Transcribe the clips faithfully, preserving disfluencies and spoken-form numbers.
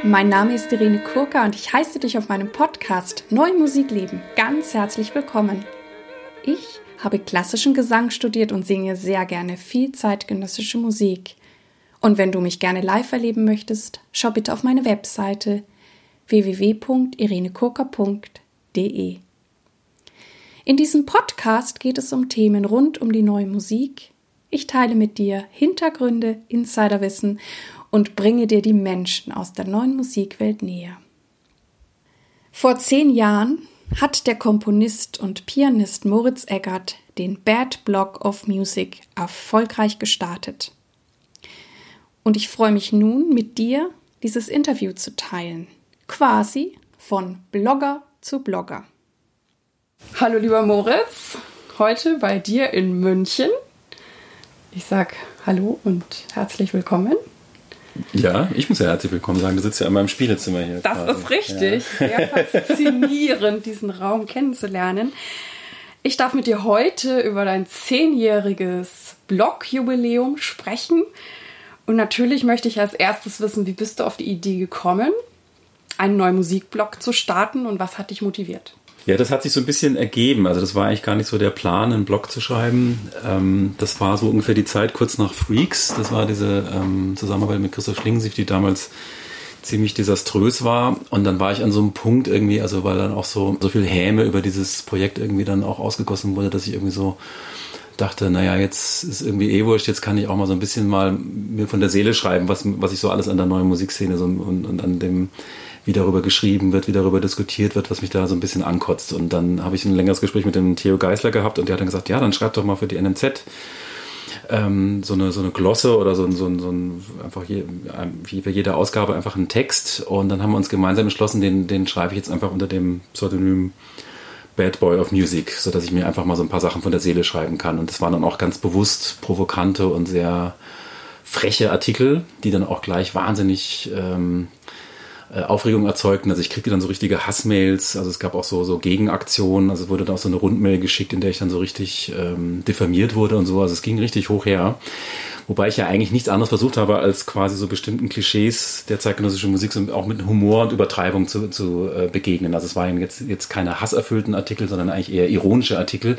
Mein Name ist Irene Kurka und ich heiße dich auf meinem Podcast Neu Musik leben ganz herzlich willkommen. Ich habe klassischen Gesang studiert und singe sehr gerne viel zeitgenössische Musik. Und wenn du mich gerne live erleben möchtest, schau bitte auf meine Webseite w w w punkt irene kurka punkt d e. In diesem Podcast geht es um Themen rund um die neue Musik. Ich teile mit dir Hintergründe, Insiderwissen und bringe dir die Menschen aus der neuen Musikwelt näher. Vor zehn Jahren hat der Komponist und Pianist Moritz Eggert den Bad Block of Music erfolgreich gestartet. Und ich freue mich nun, mit dir dieses Interview zu teilen. Quasi von Blogger zu Blogger. Hallo lieber Moritz, heute bei dir in München. Ich sag Hallo und herzlich willkommen. Ja, ich muss ja herzlich willkommen sagen. Du sitzt ja in meinem Spielezimmer hier. Das quasi. Ist richtig. Ja. Sehr faszinierend, diesen Raum kennenzulernen. Ich darf mit dir heute über dein zehnjähriges Blog-Jubiläum sprechen. Und natürlich möchte ich als erstes wissen, wie bist du auf die Idee gekommen, einen neuen Musikblog zu starten und was hat dich motiviert? Ja, das hat sich so ein bisschen ergeben. Also das war eigentlich gar nicht so der Plan, einen Blog zu schreiben. Ähm, das war so ungefähr die Zeit kurz nach Freaks. Das war diese ähm, Zusammenarbeit mit Christoph Schlingensief, die damals ziemlich desaströs war. Und dann war ich an so einem Punkt irgendwie, also weil dann auch so, so viel Häme über dieses Projekt irgendwie dann auch ausgegossen wurde, dass ich irgendwie so dachte, naja, jetzt ist irgendwie eh wurscht, jetzt kann ich auch mal so ein bisschen mal mir von der Seele schreiben, was, was ich so alles an der neuen Musikszene so und, und an dem, wie darüber geschrieben wird, wie darüber diskutiert wird, was mich da so ein bisschen ankotzt. Und dann habe ich ein längeres Gespräch mit dem Theo Geisler gehabt und der hat dann gesagt, ja, dann schreib doch mal für die N M Z ähm, so eine so eine Glosse oder so ein, so ein, so ein einfach je, wie für jede Ausgabe einfach einen Text. Und dann haben wir uns gemeinsam entschlossen, den, den schreibe ich jetzt einfach unter dem Pseudonym Bad Boy of Music, sodass ich mir einfach mal so ein paar Sachen von der Seele schreiben kann. Und das waren dann auch ganz bewusst provokante und sehr freche Artikel, die dann auch gleich wahnsinnig ähm, Aufregung erzeugten. Also ich kriegte dann so richtige Hassmails, also es gab auch so, so Gegenaktionen, also es wurde dann auch so eine Rundmail geschickt, in der ich dann so richtig ähm, diffamiert wurde und so, also es ging richtig hoch her. Wobei ich ja eigentlich nichts anderes versucht habe, als quasi so bestimmten Klischees der zeitgenössischen Musik so auch mit Humor und Übertreibung zu, zu äh, begegnen. Also es waren jetzt, jetzt keine hasserfüllten Artikel, sondern eigentlich eher ironische Artikel.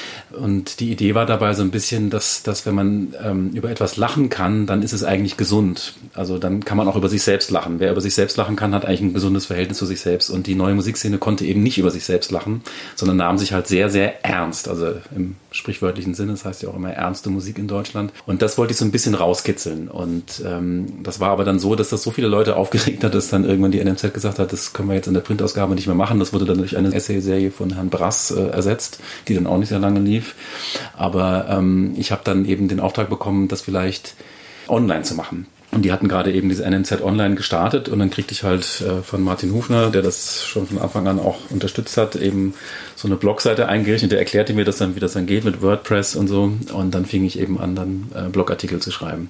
Und die Idee war dabei so ein bisschen, dass, dass wenn man ähm, über etwas lachen kann, dann ist es eigentlich gesund. Also dann kann man auch über sich selbst lachen. Wer über sich selbst lachen kann, hat eigentlich ein gesundes Verhältnis zu sich selbst. Und die neue Musikszene konnte eben nicht über sich selbst lachen, sondern nahm sich halt sehr, sehr ernst. Also im sprichwörtlichen Sinne, das heißt ja auch immer ernste Musik in Deutschland. Und das wollte ich so ein bisschen rauskitzeln. Und ähm, das war aber dann so, dass das so viele Leute aufgeregt hat, dass dann irgendwann die N M Z gesagt hat, das können wir jetzt in der Printausgabe nicht mehr machen. Das wurde dann durch eine Essay-Serie von Herrn Brass äh, ersetzt, die dann auch nicht sehr lange lief. Aber ähm, ich habe dann eben den Auftrag bekommen, das vielleicht online zu machen. Und die hatten gerade eben diese N M Z Online gestartet und dann kriegte ich halt äh, von Martin Hufner, der das schon von Anfang an auch unterstützt hat, eben so eine Blogseite eingerichtet. Der erklärte mir das dann, wie das dann geht mit WordPress und so. Und dann fing ich eben an, dann äh, Blogartikel zu schreiben.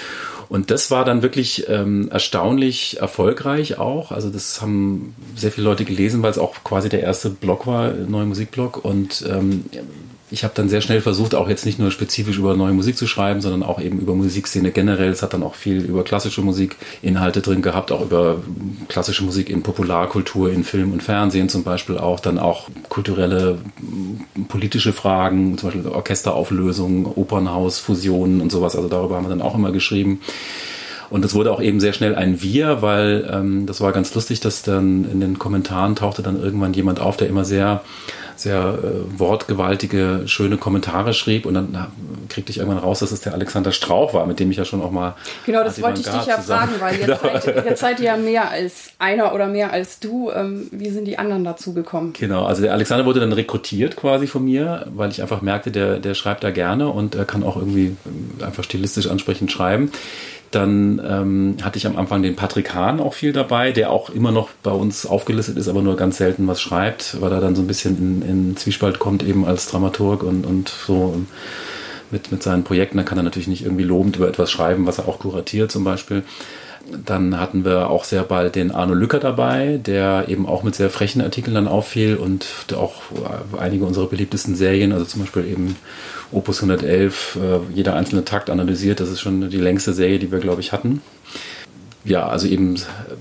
Und das war dann wirklich ähm, erstaunlich erfolgreich auch. Also das haben sehr viele Leute gelesen, weil es auch quasi der erste Blog war, neue Musikblog. Und ähm, ich habe dann sehr schnell versucht, auch jetzt nicht nur spezifisch über neue Musik zu schreiben, sondern auch eben über Musikszene generell. Es hat dann auch viel über klassische Musikinhalte drin gehabt, auch über klassische Musik in Popularkultur, in Film und Fernsehen zum Beispiel auch. Dann auch kulturelle, politische Fragen, zum Beispiel Orchesterauflösungen, Opernhaus, Fusionen und sowas. Also darüber haben wir dann auch immer geschrieben. Und es wurde auch eben sehr schnell ein Wir, weil ähm, das war ganz lustig, dass dann in den Kommentaren tauchte dann irgendwann jemand auf, der immer sehr sehr äh, wortgewaltige, schöne Kommentare schrieb und dann na, kriegte ich irgendwann raus, dass es der Alexander Strauch war, mit dem ich ja schon auch mal... Genau, das wollte ich dich ja zusammen. fragen, weil jetzt, genau. seid, jetzt seid ihr ja mehr als einer oder mehr als du. Ähm, wie sind die anderen dazu gekommen? Genau, also der Alexander wurde dann rekrutiert quasi von mir, weil ich einfach merkte, der, der schreibt da gerne und er kann auch irgendwie einfach stilistisch ansprechend schreiben. Dann ähm, hatte ich am Anfang den Patrick Hahn auch viel dabei, der auch immer noch bei uns aufgelistet ist, aber nur ganz selten was schreibt, weil er dann so ein bisschen in, in Zwiespalt kommt, eben als Dramaturg und, und so mit, mit seinen Projekten. Da kann er natürlich nicht irgendwie lobend über etwas schreiben, was er auch kuratiert zum Beispiel. Dann hatten wir auch sehr bald den Arno Lücker dabei, der eben auch mit sehr frechen Artikeln dann auffiel und auch einige unserer beliebtesten Serien, also zum Beispiel eben Opus hundertelf, jeder einzelne Takt analysiert. Das ist schon die längste Serie, die wir, glaube ich, hatten. Ja, also eben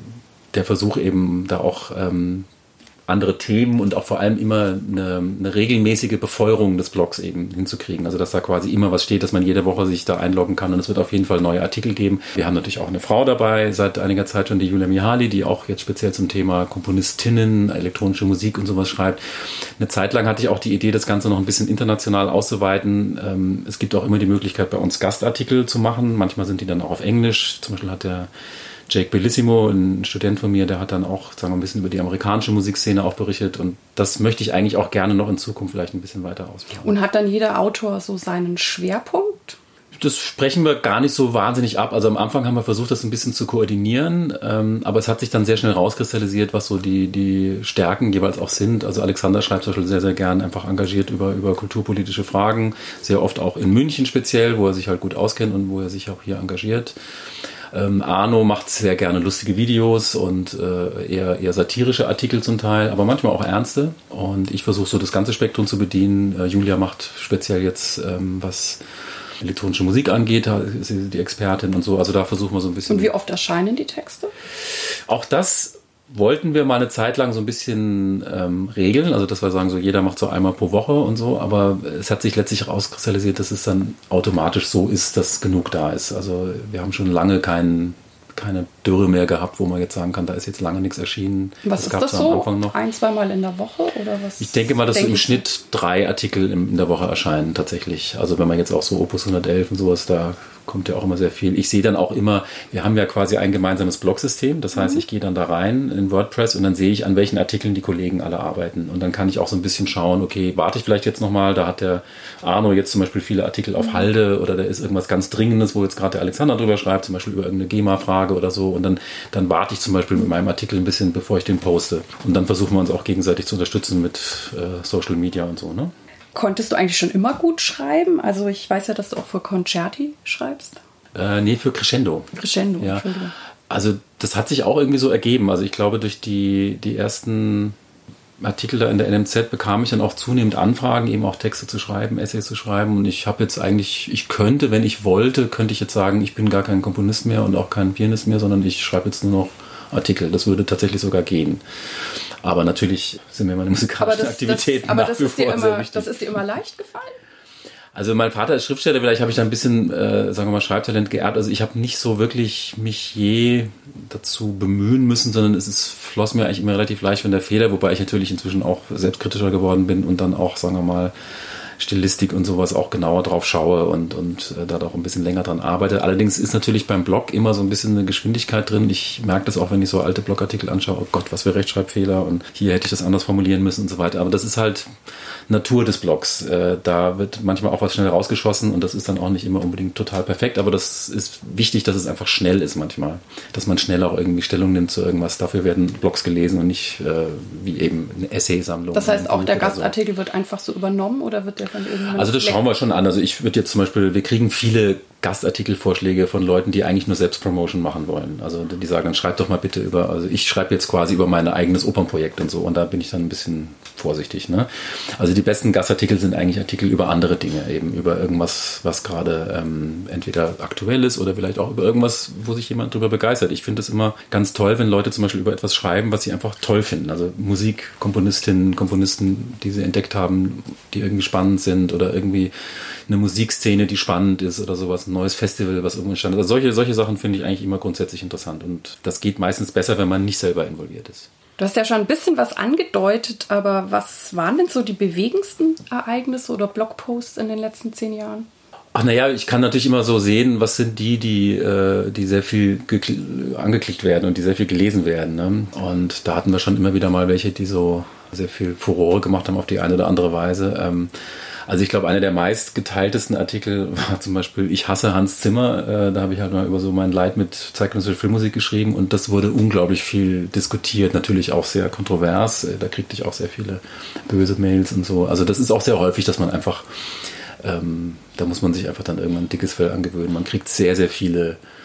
der Versuch eben da auch ähm, andere Themen und auch vor allem immer eine, eine regelmäßige Befeuerung des Blogs eben hinzukriegen. Also dass da quasi immer was steht, dass man jede Woche sich da einloggen kann und es wird auf jeden Fall neue Artikel geben. Wir haben natürlich auch eine Frau dabei, seit einiger Zeit schon, die Julia Mihaly, die auch jetzt speziell zum Thema Komponistinnen, elektronische Musik und sowas schreibt. Eine Zeit lang hatte ich auch die Idee, das Ganze noch ein bisschen international auszuweiten. Es gibt auch immer die Möglichkeit, bei uns Gastartikel zu machen. Manchmal sind die dann auch auf Englisch. Zum Beispiel hat der Jake Bellissimo, ein Student von mir, der hat dann auch, sagen wir, ein bisschen über die amerikanische Musikszene auch berichtet und das möchte ich eigentlich auch gerne noch in Zukunft vielleicht ein bisschen weiter ausbauen. Und hat dann jeder Autor so seinen Schwerpunkt? Das sprechen wir gar nicht so wahnsinnig ab. Also am Anfang haben wir versucht, das ein bisschen zu koordinieren, ähm, aber es hat sich dann sehr schnell rauskristallisiert, was so die, die Stärken jeweils auch sind. Also Alexander schreibt zum Beispiel sehr, sehr gern einfach engagiert über, über kulturpolitische Fragen, sehr oft auch in München speziell, wo er sich halt gut auskennt und wo er sich auch hier engagiert. Ähm, Arno macht sehr gerne lustige Videos und äh, eher, eher satirische Artikel zum Teil, aber manchmal auch ernste. Und ich versuche so das ganze Spektrum zu bedienen. Äh, Julia macht speziell jetzt, ähm, was elektronische Musik angeht, da ist sie die Expertin und so. Also da versuchen wir so ein bisschen. Und wie oft erscheinen die Texte? Auch das wollten wir mal eine Zeit lang so ein bisschen ähm, regeln, also dass wir sagen, so jeder macht so einmal pro Woche und so, aber es hat sich letztlich herauskristallisiert, dass es dann automatisch so ist, dass genug da ist. Also wir haben schon lange keinen keine Dürre mehr gehabt, wo man jetzt sagen kann, da ist jetzt lange nichts erschienen. Was das ist das so? Am Anfang noch. Ein, zweimal in der Woche oder was? Ich denke mal, dass so im Schnitt drei Artikel in der Woche erscheinen tatsächlich. Also wenn man jetzt auch so Opus hundertelf und sowas, da kommt ja auch immer sehr viel. Ich sehe dann auch immer, wir haben ja quasi ein gemeinsames Blogsystem. Das heißt, mhm. ich gehe dann da rein in WordPress und dann sehe ich, an welchen Artikeln die Kollegen alle arbeiten. Und dann kann ich auch so ein bisschen schauen, okay, warte ich vielleicht jetzt nochmal, da hat der Arno jetzt zum Beispiel viele Artikel auf Halde oder da ist irgendwas ganz Dringendes, wo jetzt gerade der Alexander drüber schreibt, zum Beispiel über irgendeine GEMA-Frage oder so. Und dann, dann warte ich zum Beispiel mit meinem Artikel ein bisschen, bevor ich den poste. Und dann versuchen wir uns auch gegenseitig zu unterstützen mit äh, Social Media und so, ne? Konntest du eigentlich schon immer gut schreiben? Also ich weiß ja, dass du auch für Concerti schreibst. Äh, nee, für Crescendo. Crescendo, ja. Entschuldigung. Also das hat sich auch irgendwie so ergeben. Also ich glaube, durch die, die ersten Artikel da in der N M Z bekam ich dann auch zunehmend Anfragen, eben auch Texte zu schreiben, Essays zu schreiben. Und ich habe jetzt eigentlich, ich könnte, wenn ich wollte, könnte ich jetzt sagen, ich bin gar kein Komponist mehr und auch kein Pianist mehr, sondern ich schreibe jetzt nur noch Artikel. Das würde tatsächlich sogar gehen. Aber natürlich sind mir meine musikalischen das, Aktivitäten das, aber nach das wie ist dir vor immer, sehr wichtig. Das ist dir immer leicht gefallen? Also mein Vater ist Schriftsteller, vielleicht habe ich da ein bisschen, äh, sagen wir mal, Schreibtalent geerbt. Also ich habe nicht so wirklich mich je dazu bemühen müssen, sondern es ist, floss mir eigentlich immer relativ leicht von der Feder, wobei ich natürlich inzwischen auch selbstkritischer geworden bin und dann auch, sagen wir mal, Stilistik und sowas auch genauer drauf schaue und, und äh, da auch ein bisschen länger dran arbeite. Allerdings ist natürlich beim Blog immer so ein bisschen eine Geschwindigkeit drin. Ich merke das auch, wenn ich so alte Blogartikel anschaue. Oh Gott, was für Rechtschreibfehler und hier hätte ich das anders formulieren müssen und so weiter. Aber das ist halt Natur des Blogs. Äh, da wird manchmal auch was schnell rausgeschossen und das ist dann auch nicht immer unbedingt total perfekt. Aber das ist wichtig, dass es einfach schnell ist manchmal. Dass man schnell auch irgendwie Stellung nimmt zu irgendwas. Dafür werden Blogs gelesen und nicht äh, wie eben eine Essaysammlung. Das heißt, auch der Gastartikel so. Wird einfach so übernommen oder wird der von irgendjemandem? Also das schauen wir schon an. Also ich würde jetzt zum Beispiel, wir kriegen viele Gastartikelvorschläge von Leuten, die eigentlich nur Selbstpromotion machen wollen. Also die sagen, dann schreib doch mal bitte über, also ich schreibe jetzt quasi über mein eigenes Opernprojekt und so und da bin ich dann ein bisschen vorsichtig. Ne? Also die besten Gastartikel sind eigentlich Artikel über andere Dinge, eben über irgendwas, was gerade ähm, entweder aktuell ist oder vielleicht auch über irgendwas, wo sich jemand drüber begeistert. Ich finde es immer ganz toll, wenn Leute zum Beispiel über etwas schreiben, was sie einfach toll finden. Also Musik, Komponistinnen, Komponisten, die sie entdeckt haben, die irgendwie spannend sind oder irgendwie eine Musikszene, die spannend ist oder sowas, ein neues Festival, was irgendwo entstanden ist. Also solche, solche Sachen finde ich eigentlich immer grundsätzlich interessant und das geht meistens besser, wenn man nicht selber involviert ist. Du hast ja schon ein bisschen was angedeutet, aber was waren denn so die bewegendsten Ereignisse oder Blogposts in den letzten zehn Jahren? Ach naja, ich kann natürlich immer so sehen, was sind die, die, die sehr viel angeklickt werden und die sehr viel gelesen werden. Ne? Und da hatten wir schon immer wieder mal welche, die so sehr viel Furore gemacht haben auf die eine oder andere Weise. Also ich glaube, einer der meistgeteiltesten Artikel war zum Beispiel Ich hasse Hans Zimmer. Äh, da habe ich halt mal über so mein Leid mit zeitgenössischer Filmmusik geschrieben und das wurde unglaublich viel diskutiert, natürlich auch sehr kontrovers. Da kriegte ich auch sehr viele böse Mails und so. Also das ist auch sehr häufig, dass man einfach, ähm, da muss man sich einfach dann irgendwann ein dickes Fell angewöhnen. Man kriegt sehr, sehr viele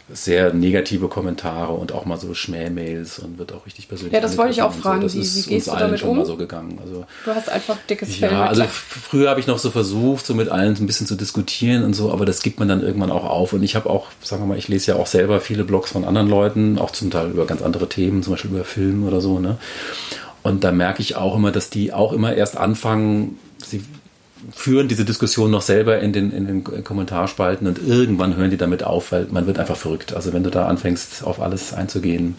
sehr negative Kommentare und auch mal so Schmähmails und wird auch richtig persönlich. Ja, das wollte ich auch fragen. So. Das wie, ist wie gehst uns du damit schon um? Mal so gegangen. Also, du hast einfach dickes Fell. Ja, also f- früher habe ich noch so versucht, so mit allen so ein bisschen zu diskutieren und so, aber das gibt man dann irgendwann auch auf. Und ich habe auch, sagen wir mal, ich lese ja auch selber viele Blogs von anderen Leuten, auch zum Teil über ganz andere Themen, zum Beispiel über Film oder so, ne? Und da merke ich auch immer, dass die auch immer erst anfangen, sie führen diese Diskussion noch selber in den, in den Kommentarspalten und irgendwann hören die damit auf, weil man wird einfach verrückt. Also wenn du da anfängst, auf alles einzugehen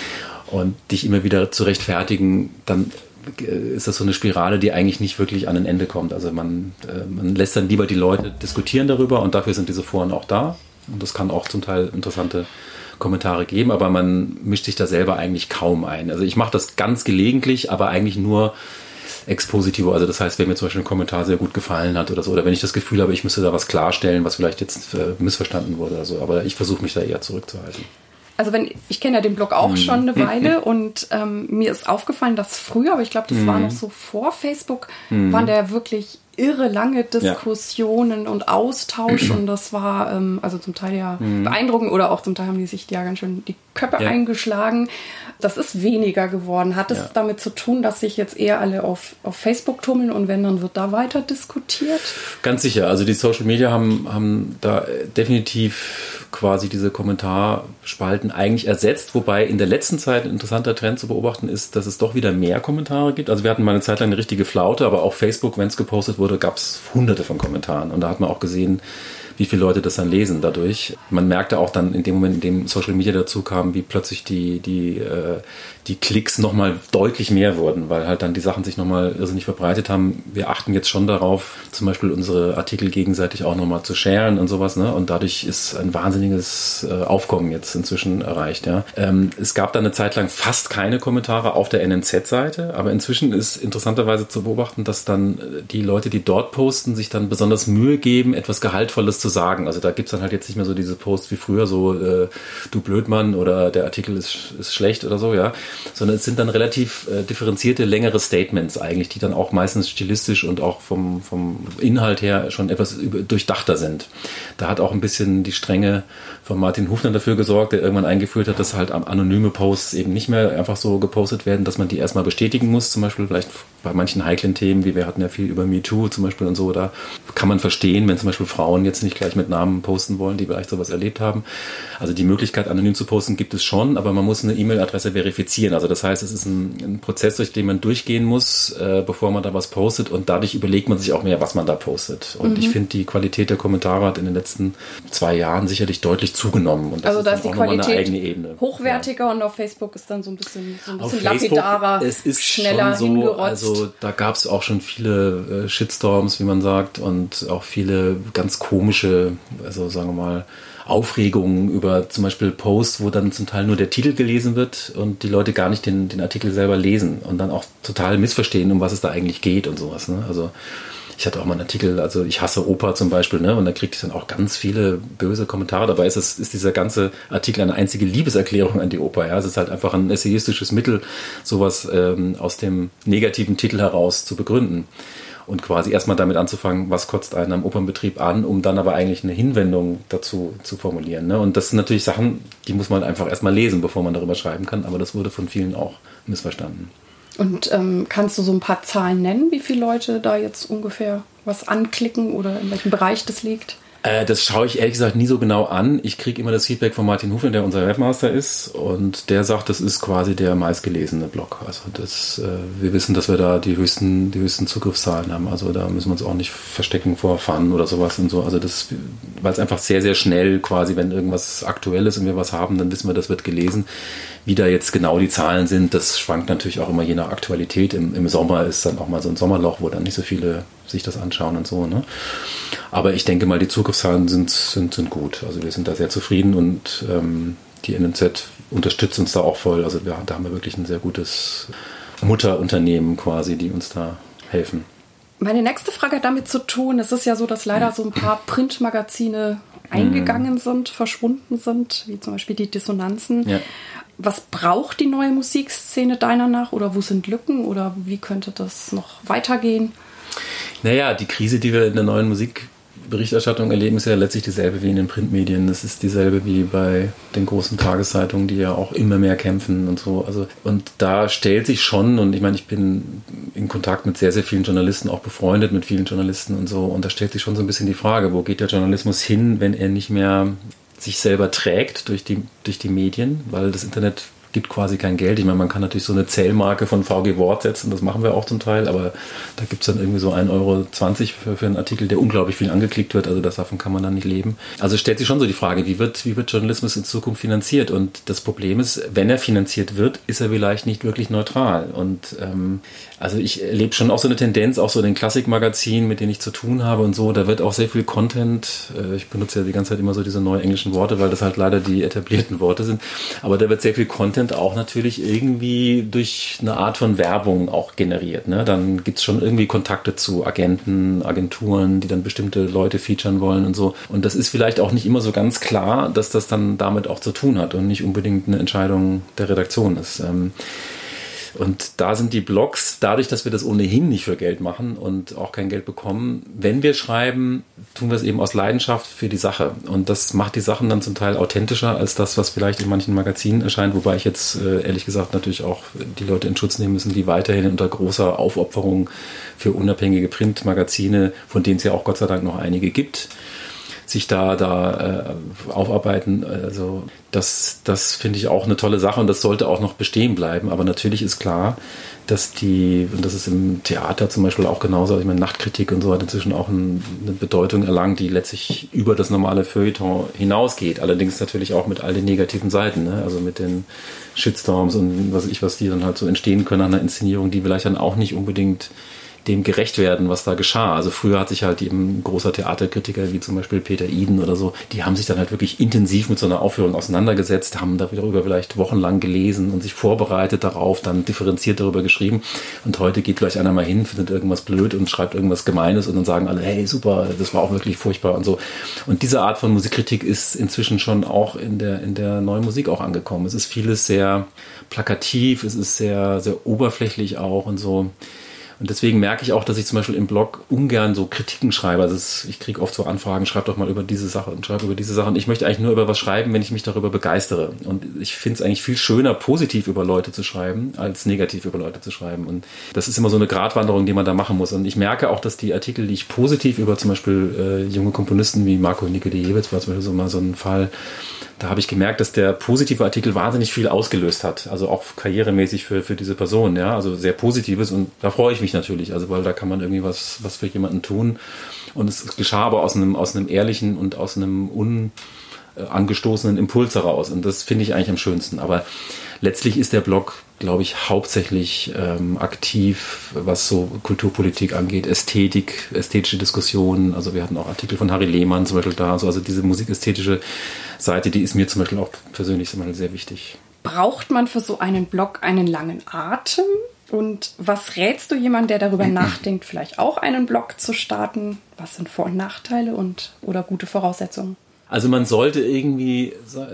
und dich immer wieder zu rechtfertigen, dann ist das so eine Spirale, die eigentlich nicht wirklich an ein Ende kommt. Also man, man lässt dann lieber die Leute diskutieren darüber und dafür sind diese Foren auch da. Und das kann auch zum Teil interessante Kommentare geben, aber man mischt sich da selber eigentlich kaum ein. Also ich mache das ganz gelegentlich, aber eigentlich nur ex positivo, also das heißt, wenn mir zum Beispiel ein Kommentar sehr gut gefallen hat oder so, oder wenn ich das Gefühl habe, ich müsste da was klarstellen, was vielleicht jetzt äh, missverstanden wurde oder so, aber ich versuche mich da eher zurückzuhalten. Also wenn ich kenne ja den Blog auch mm. schon eine Weile und ähm, mir ist aufgefallen, dass früher, aber ich glaube, das mm. war noch so vor Facebook, mm. waren da wirklich irre lange Diskussionen ja. und Austausch und das war ähm, also zum Teil ja mm. beeindruckend oder auch zum Teil haben die sich ja ganz schön die Köpfe ja. eingeschlagen. Das ist weniger geworden. Hat es ja. damit zu tun, dass sich jetzt eher alle auf, auf Facebook tummeln und wenn, dann wird da weiter diskutiert? Ganz sicher. Also die Social Media haben, haben da definitiv quasi diese Kommentarspalten eigentlich ersetzt, wobei in der letzten Zeit ein interessanter Trend zu beobachten ist, dass es doch wieder mehr Kommentare gibt. Also wir hatten mal eine Zeit lang eine richtige Flaute, aber auf Facebook, wenn es gepostet wurde, gab es hunderte von Kommentaren und da hat man auch gesehen, wie viele Leute das dann lesen dadurch. Man merkte auch dann in dem Moment, in dem Social Media dazu kam, wie plötzlich die, die, äh, die Klicks nochmal deutlich mehr wurden, weil halt dann die Sachen sich nochmal irrsinnig verbreitet haben. Wir achten jetzt schon darauf, zum Beispiel unsere Artikel gegenseitig auch nochmal zu sharen und sowas, ne? Und dadurch ist ein wahnsinniges äh, Aufkommen jetzt inzwischen erreicht, ja. Ähm, es gab dann eine Zeit lang fast keine Kommentare auf der N N Z-Seite, aber inzwischen ist interessanterweise zu beobachten, dass dann die Leute, die dort posten, sich dann besonders Mühe geben, etwas Gehaltvolles zu sagen. Also da gibt es dann halt jetzt nicht mehr so diese Posts wie früher, so äh, du Blödmann oder der Artikel ist, ist schlecht oder so, ja. Sondern es sind dann relativ äh, differenzierte, längere Statements eigentlich, die dann auch meistens stilistisch und auch vom, vom Inhalt her schon etwas über, durchdachter sind. Da hat auch ein bisschen die Strenge von Martin Hufner dafür gesorgt, der irgendwann eingeführt hat, dass halt anonyme Posts eben nicht mehr einfach so gepostet werden, dass man die erstmal bestätigen muss, zum Beispiel vielleicht bei manchen heiklen Themen, wie wir hatten ja viel über MeToo zum Beispiel und so, da kann man verstehen, wenn zum Beispiel Frauen jetzt nicht gleich mit Namen posten wollen, die vielleicht sowas erlebt haben. Also die Möglichkeit, anonym zu posten, gibt es schon, aber man muss eine E-Mail-Adresse verifizieren. Also das heißt, es ist ein, ein Prozess, durch den man durchgehen muss, äh, bevor man da was postet und dadurch überlegt man sich auch mehr, was man da postet. Und mhm. ich finde, die Qualität der Kommentare hat in den letzten zwei Jahren sicherlich deutlich zugenommen. Und das also ist da ist die Qualität Ebene. hochwertiger ja. und auf Facebook ist dann so ein bisschen, so ein bisschen Facebook, lapidarer, es ist schneller schon so, hingerotzt. Also da gab es auch schon viele äh, Shitstorms, wie man sagt, und auch viele ganz komische, also sagen wir mal, Aufregungen über zum Beispiel Posts, wo dann zum Teil nur der Titel gelesen wird und die Leute gar nicht den, den Artikel selber lesen und dann auch total missverstehen, um was es da eigentlich geht und sowas. Ne? Also ich hatte auch mal einen Artikel, also ich hasse Oper zum Beispiel, ne? Und da kriegte ich dann auch ganz viele böse Kommentare. Dabei ist, es, ist dieser ganze Artikel eine einzige Liebeserklärung an die Oper. Ja? Es ist halt einfach ein essayistisches Mittel, sowas ähm, aus dem negativen Titel heraus zu begründen. Und quasi erstmal damit anzufangen, was kotzt einen am Opernbetrieb an, um dann aber eigentlich eine Hinwendung dazu zu formulieren. Ne? Und das sind natürlich Sachen, die muss man einfach erstmal lesen, bevor man darüber schreiben kann. Aber das wurde von vielen auch missverstanden. Und ähm, kannst du so ein paar Zahlen nennen, wie viele Leute da jetzt ungefähr was anklicken oder in welchem Bereich das liegt? Äh, das schaue ich ehrlich gesagt nie so genau an. Ich kriege immer das Feedback von Martin Hufner, der unser Webmaster ist, und der sagt, das ist quasi der meistgelesene Blog. Also das, äh, wir wissen, dass wir da die höchsten, die höchsten Zugriffszahlen haben. Also da müssen wir uns auch nicht verstecken vor Fun oder sowas und so. Also das, weil es einfach sehr, sehr schnell quasi, wenn irgendwas aktuell ist und wir was haben, dann wissen wir, das wird gelesen. Wie da jetzt genau die Zahlen sind, das schwankt natürlich auch immer je nach Aktualität. Im, im Sommer ist dann auch mal so ein Sommerloch, wo dann nicht so viele sich das anschauen und so. Ne? Aber ich denke mal, die Zugriffszahlen sind, sind, sind gut. Also wir sind da sehr zufrieden und ähm, die N N Z unterstützt uns da auch voll. Also wir, da haben wir wirklich ein sehr gutes Mutterunternehmen quasi, die uns da helfen. Meine nächste Frage hat damit zu tun, es ist ja so, dass leider so ein paar Printmagazine eingegangen sind, verschwunden sind, wie zum Beispiel die Dissonanzen. Ja. Was braucht die neue Musikszene deiner nach oder wo sind Lücken oder wie könnte das noch weitergehen? Naja, die Krise, die wir in der neuen Musik Berichterstattung erleben, ist ja letztlich dieselbe wie in den Printmedien. Das ist dieselbe wie bei den großen Tageszeitungen, die ja auch immer mehr kämpfen und so. Also, und da stellt sich schon, und ich meine, ich bin in Kontakt mit sehr, sehr vielen Journalisten, auch befreundet mit vielen Journalisten und so, und da stellt sich schon so ein bisschen die Frage, wo geht der Journalismus hin, wenn er nicht mehr sich selber trägt durch die, durch die Medien, weil das Internet gibt quasi kein Geld. Ich meine, man kann natürlich so eine Zählmarke von V G Wort setzen, das machen wir auch zum Teil, aber da gibt es dann irgendwie so ein Euro zwanzig für, für einen Artikel, der unglaublich viel angeklickt wird, also das, davon kann man dann nicht leben. Also stellt sich schon so die Frage, wie wird, wie wird Journalismus in Zukunft finanziert? Und das Problem ist, wenn er finanziert wird, ist er vielleicht nicht wirklich neutral. Und ähm, also ich erlebe schon auch so eine Tendenz, auch so in den Klassikmagazinen, mit denen ich zu tun habe und so, da wird auch sehr viel Content, äh, ich benutze ja die ganze Zeit immer so diese neuen englischen Worte, weil das halt leider die etablierten Worte sind, aber da wird sehr viel Content auch natürlich irgendwie durch eine Art von Werbung auch generiert. Ne? Dann gibt es schon irgendwie Kontakte zu Agenten, Agenturen, die dann bestimmte Leute featuren wollen und so. Und das ist vielleicht auch nicht immer so ganz klar, dass das dann damit auch zu tun hat und nicht unbedingt eine Entscheidung der Redaktion ist. Ähm, Und da sind die Blogs, dadurch, dass wir das ohnehin nicht für Geld machen und auch kein Geld bekommen, wenn wir schreiben, tun wir es eben aus Leidenschaft für die Sache. Und das macht die Sachen dann zum Teil authentischer als das, was vielleicht in manchen Magazinen erscheint, wobei ich jetzt äh, ehrlich gesagt natürlich auch die Leute in Schutz nehmen müssen, die weiterhin unter großer Aufopferung für unabhängige Printmagazine, von denen es ja auch Gott sei Dank noch einige gibt, sich da, da äh, aufarbeiten. Also das, das finde ich auch eine tolle Sache und das sollte auch noch bestehen bleiben. Aber natürlich ist klar, dass die, und das ist im Theater zum Beispiel auch genauso, ich meine, Nachtkritik und so hat inzwischen auch ein, eine Bedeutung erlangt, die letztlich über das normale Feuilleton hinausgeht. Allerdings natürlich auch mit all den negativen Seiten, ne? Also mit den Shitstorms und was weiß ich, was die dann halt so entstehen können an einer Inszenierung, die vielleicht dann auch nicht unbedingt dem gerecht werden, was da geschah. Also früher hat sich halt eben ein großer Theaterkritiker wie zum Beispiel Peter Eden oder so, die haben sich dann halt wirklich intensiv mit so einer Aufführung auseinandergesetzt, haben darüber vielleicht wochenlang gelesen und sich vorbereitet darauf, dann differenziert darüber geschrieben. Und heute geht vielleicht einer mal hin, findet irgendwas blöd und schreibt irgendwas Gemeines und dann sagen alle, hey, super, das war auch wirklich furchtbar und so. Und diese Art von Musikkritik ist inzwischen schon auch in der, in der neuen Musik auch angekommen. Es ist vieles sehr plakativ, es ist sehr, sehr oberflächlich auch und so. Und deswegen merke ich auch, dass ich zum Beispiel im Blog ungern so Kritiken schreibe. Also es, ich kriege oft so Anfragen, schreib doch mal über diese Sache und schreib über diese Sache. Und ich möchte eigentlich nur über was schreiben, wenn ich mich darüber begeistere. Und ich finde es eigentlich viel schöner, positiv über Leute zu schreiben, als negativ über Leute zu schreiben. Und das ist immer so eine Gratwanderung, die man da machen muss. Und ich merke auch, dass die Artikel, die ich positiv über zum Beispiel äh, junge Komponisten wie Marco Nikodijewitz war zum Beispiel so mal so ein Fall, da habe ich gemerkt, dass der positive Artikel wahnsinnig viel ausgelöst hat. Also auch karrieremäßig für, für diese Person, ja. Also sehr Positives und da freue ich mich natürlich. Also weil da kann man irgendwie was, was für jemanden tun. Und es geschah aber aus einem, aus einem ehrlichen und aus einem unangestoßenen Impuls heraus. Und das finde ich eigentlich am schönsten. Aber letztlich ist der Blog, glaube ich, hauptsächlich ähm, aktiv, was so Kulturpolitik angeht, Ästhetik, ästhetische Diskussionen. Also wir hatten auch Artikel von Harry Lehmann zum Beispiel da. Also diese musikästhetische Seite, die ist mir zum Beispiel auch persönlich zum Beispiel sehr wichtig. Braucht man für so einen Blog einen langen Atem? Und was rätst du jemandem, der darüber nachdenkt, vielleicht auch einen Blog zu starten? Was sind Vor- und Nachteile und oder gute Voraussetzungen? Also man sollte irgendwie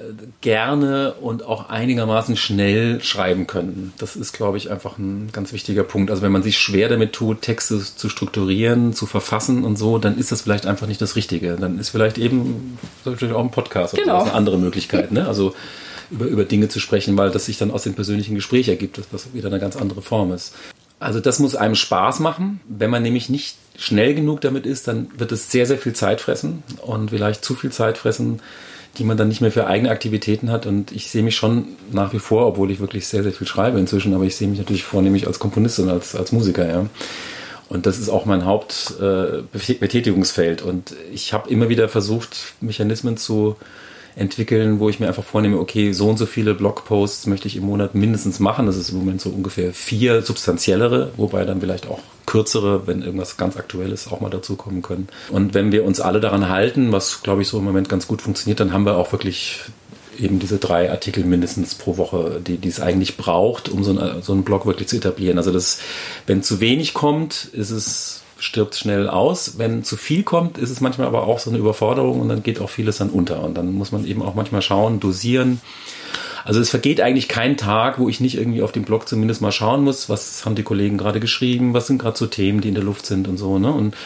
gerne und auch einigermaßen schnell schreiben können. Das ist, glaube ich, einfach ein ganz wichtiger Punkt. Also wenn man sich schwer damit tut, Texte zu strukturieren, zu verfassen und so, dann ist das vielleicht einfach nicht das Richtige. Dann ist vielleicht eben vielleicht auch ein Podcast genau. oder eine andere Möglichkeit. Ne? Also über, über Dinge zu sprechen, weil das sich dann aus dem persönlichen Gespräch ergibt, was wieder eine ganz andere Form ist. Also das muss einem Spaß machen. Wenn man nämlich nicht schnell genug damit ist, dann wird es sehr, sehr viel Zeit fressen und vielleicht zu viel Zeit fressen, die man dann nicht mehr für eigene Aktivitäten hat. Und ich sehe mich schon nach wie vor, obwohl ich wirklich sehr, sehr viel schreibe inzwischen, aber ich sehe mich natürlich vornehmlich als Komponist und als, als Musiker. Ja. Und das ist auch mein Hauptbetätigungsfeld. Äh, und ich habe immer wieder versucht, Mechanismen zu entwickeln, wo ich mir einfach vornehme, okay, so und so viele Blogposts möchte ich im Monat mindestens machen. Das ist im Moment so ungefähr vier substanziellere, wobei dann vielleicht auch kürzere, wenn irgendwas ganz Aktuelles auch mal dazukommen können. Und wenn wir uns alle daran halten, was, glaube ich, so im Moment ganz gut funktioniert, dann haben wir auch wirklich eben diese drei Artikel mindestens pro Woche, die, die es eigentlich braucht, um so, eine, so einen Blog wirklich zu etablieren. Also das, wenn zu wenig kommt, ist es stirbt schnell aus. Wenn zu viel kommt, ist es manchmal aber auch so eine Überforderung und dann geht auch vieles dann unter. Und dann muss man eben auch manchmal schauen, dosieren. Also es vergeht eigentlich kein Tag, wo ich nicht irgendwie auf dem Blog zumindest mal schauen muss, was haben die Kollegen gerade geschrieben, was sind gerade so Themen, die in der Luft sind und so. Ne? Und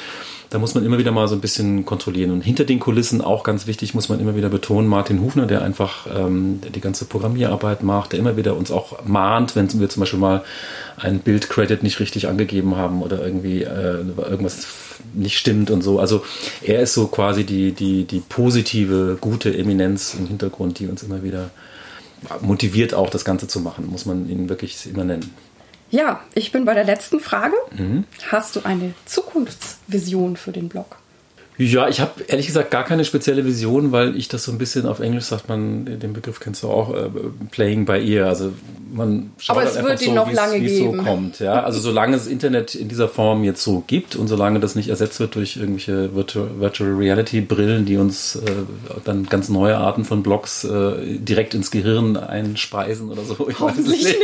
da muss man immer wieder mal so ein bisschen kontrollieren. Und hinter den Kulissen, auch ganz wichtig, muss man immer wieder betonen, Martin Hufner, der einfach ähm, die ganze Programmierarbeit macht, der immer wieder uns auch mahnt, wenn wir zum Beispiel mal ein Bildcredit nicht richtig angegeben haben oder irgendwie äh, irgendwas nicht stimmt und so. Also er ist so quasi die, die, die positive, gute Eminenz im Hintergrund, die uns immer wieder motiviert, auch das Ganze zu machen, muss man ihn wirklich immer nennen. Ja, ich bin bei der letzten Frage. Mhm. Hast du eine Zukunftsvision für den Blog? Ja, ich habe ehrlich gesagt gar keine spezielle Vision, weil ich das so ein bisschen, auf Englisch sagt man, den Begriff kennst du auch, äh, playing by ear. Also man schaut Aber es einfach wird ihn so, noch lange wie es so geben. kommt. Ja? Also solange es Internet in dieser Form jetzt so gibt und solange das nicht ersetzt wird durch irgendwelche Virtual, Virtual Reality Brillen, die uns äh, dann ganz neue Arten von Blogs äh, direkt ins Gehirn einspeisen oder so. Ich Hoffentlich weiß es nicht.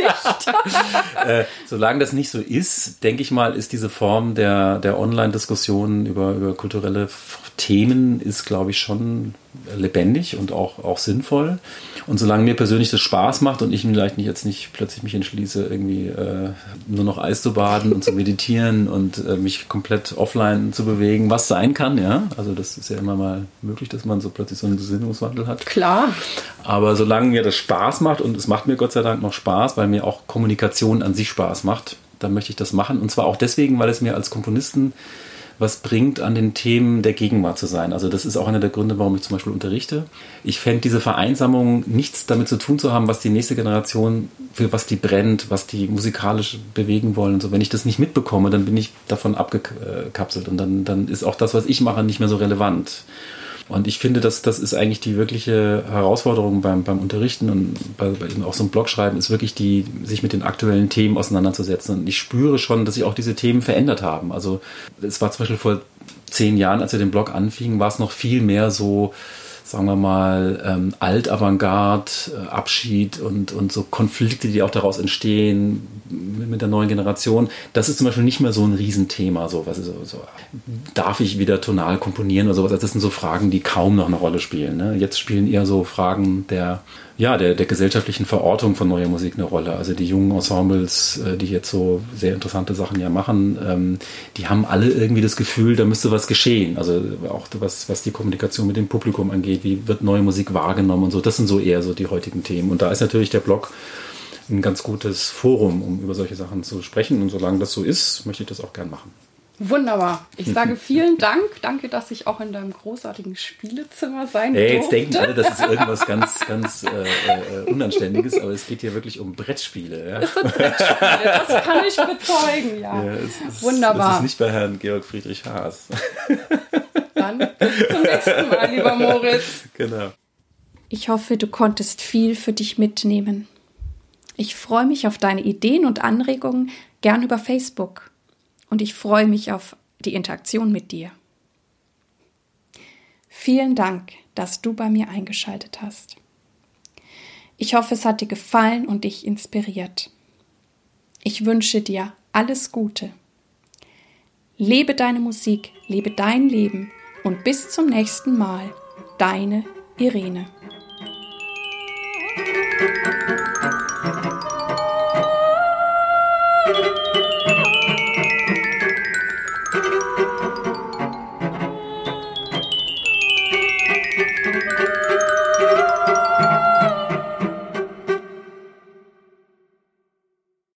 nicht. äh, solange das nicht so ist, denke ich mal, ist diese Form der, der Online-Diskussionen über, über kulturelle Themen ist, glaube ich, schon lebendig und auch, auch sinnvoll. Und solange mir persönlich das Spaß macht und ich vielleicht nicht jetzt nicht plötzlich mich entschließe, irgendwie äh, nur noch Eis zu baden und zu meditieren und äh, mich komplett offline zu bewegen, was sein kann, ja. Also das ist ja immer mal möglich, dass man so plötzlich so einen Gesinnungswandel hat. Klar. Aber solange mir das Spaß macht, und es macht mir Gott sei Dank noch Spaß, weil mir auch Kommunikation an sich Spaß macht, dann möchte ich das machen. Und zwar auch deswegen, weil es mir als Komponisten was bringt, an den Themen der Gegenwart zu sein. Also das ist auch einer der Gründe, warum ich zum Beispiel unterrichte. Ich fände diese Vereinsamung nichts damit zu tun zu haben, was die nächste Generation, für was die brennt, was die musikalisch bewegen wollen und so. Wenn ich das nicht mitbekomme, dann bin ich davon abgekapselt und dann, dann ist auch das, was ich mache, nicht mehr so relevant. Und ich finde, dass das ist eigentlich die wirkliche Herausforderung beim, beim Unterrichten und bei, bei eben auch so einem Blog schreiben, ist wirklich die, sich mit den aktuellen Themen auseinanderzusetzen. Und ich spüre schon, dass sich auch diese Themen verändert haben. Also es war zum Beispiel vor zehn Jahren, als wir den Blog anfingen, war es noch viel mehr so, sagen wir mal, ähm, Alt-Avantgarde, äh, Abschied und, und so Konflikte, die auch daraus entstehen mit, mit der neuen Generation. Das ist zum Beispiel nicht mehr so ein Riesenthema. So, was ist so, so, darf ich wieder tonal komponieren oder sowas? Also das sind so Fragen, die kaum noch eine Rolle spielen. Ne? Jetzt spielen eher so Fragen der, ja, der, der gesellschaftlichen Verortung von neuer Musik eine Rolle. Also die jungen Ensembles, äh, die jetzt so sehr interessante Sachen ja machen, ähm, die haben alle irgendwie das Gefühl, da müsste was geschehen. Also auch was, was die Kommunikation mit dem Publikum angeht, wie wird neue Musik wahrgenommen und so. Das sind so eher so die heutigen Themen. Und da ist natürlich der Blog ein ganz gutes Forum, um über solche Sachen zu sprechen. Und solange das so ist, möchte ich das auch gern machen. Wunderbar. Ich sage vielen Dank. Danke, dass ich auch in deinem großartigen Spielezimmer sein durfte. Hey, jetzt denken alle, das ist irgendwas ganz, ganz äh, äh, Unanständiges, aber es geht hier wirklich um Brettspiele. Ja? Es sind Brettspiele, das kann ich bezeugen, ja. Ja, es ist, wunderbar. Das ist nicht bei Herrn Georg Friedrich Haas. Dann bis zum nächsten Mal, lieber Moritz. Genau. Ich hoffe, du konntest viel für dich mitnehmen. Ich freue mich auf deine Ideen und Anregungen, gern über Facebook. Und ich freue mich auf die Interaktion mit dir. Vielen Dank, dass du bei mir eingeschaltet hast. Ich hoffe, es hat dir gefallen und dich inspiriert. Ich wünsche dir alles Gute. Lebe deine Musik, lebe dein Leben und bis zum nächsten Mal, deine Irene.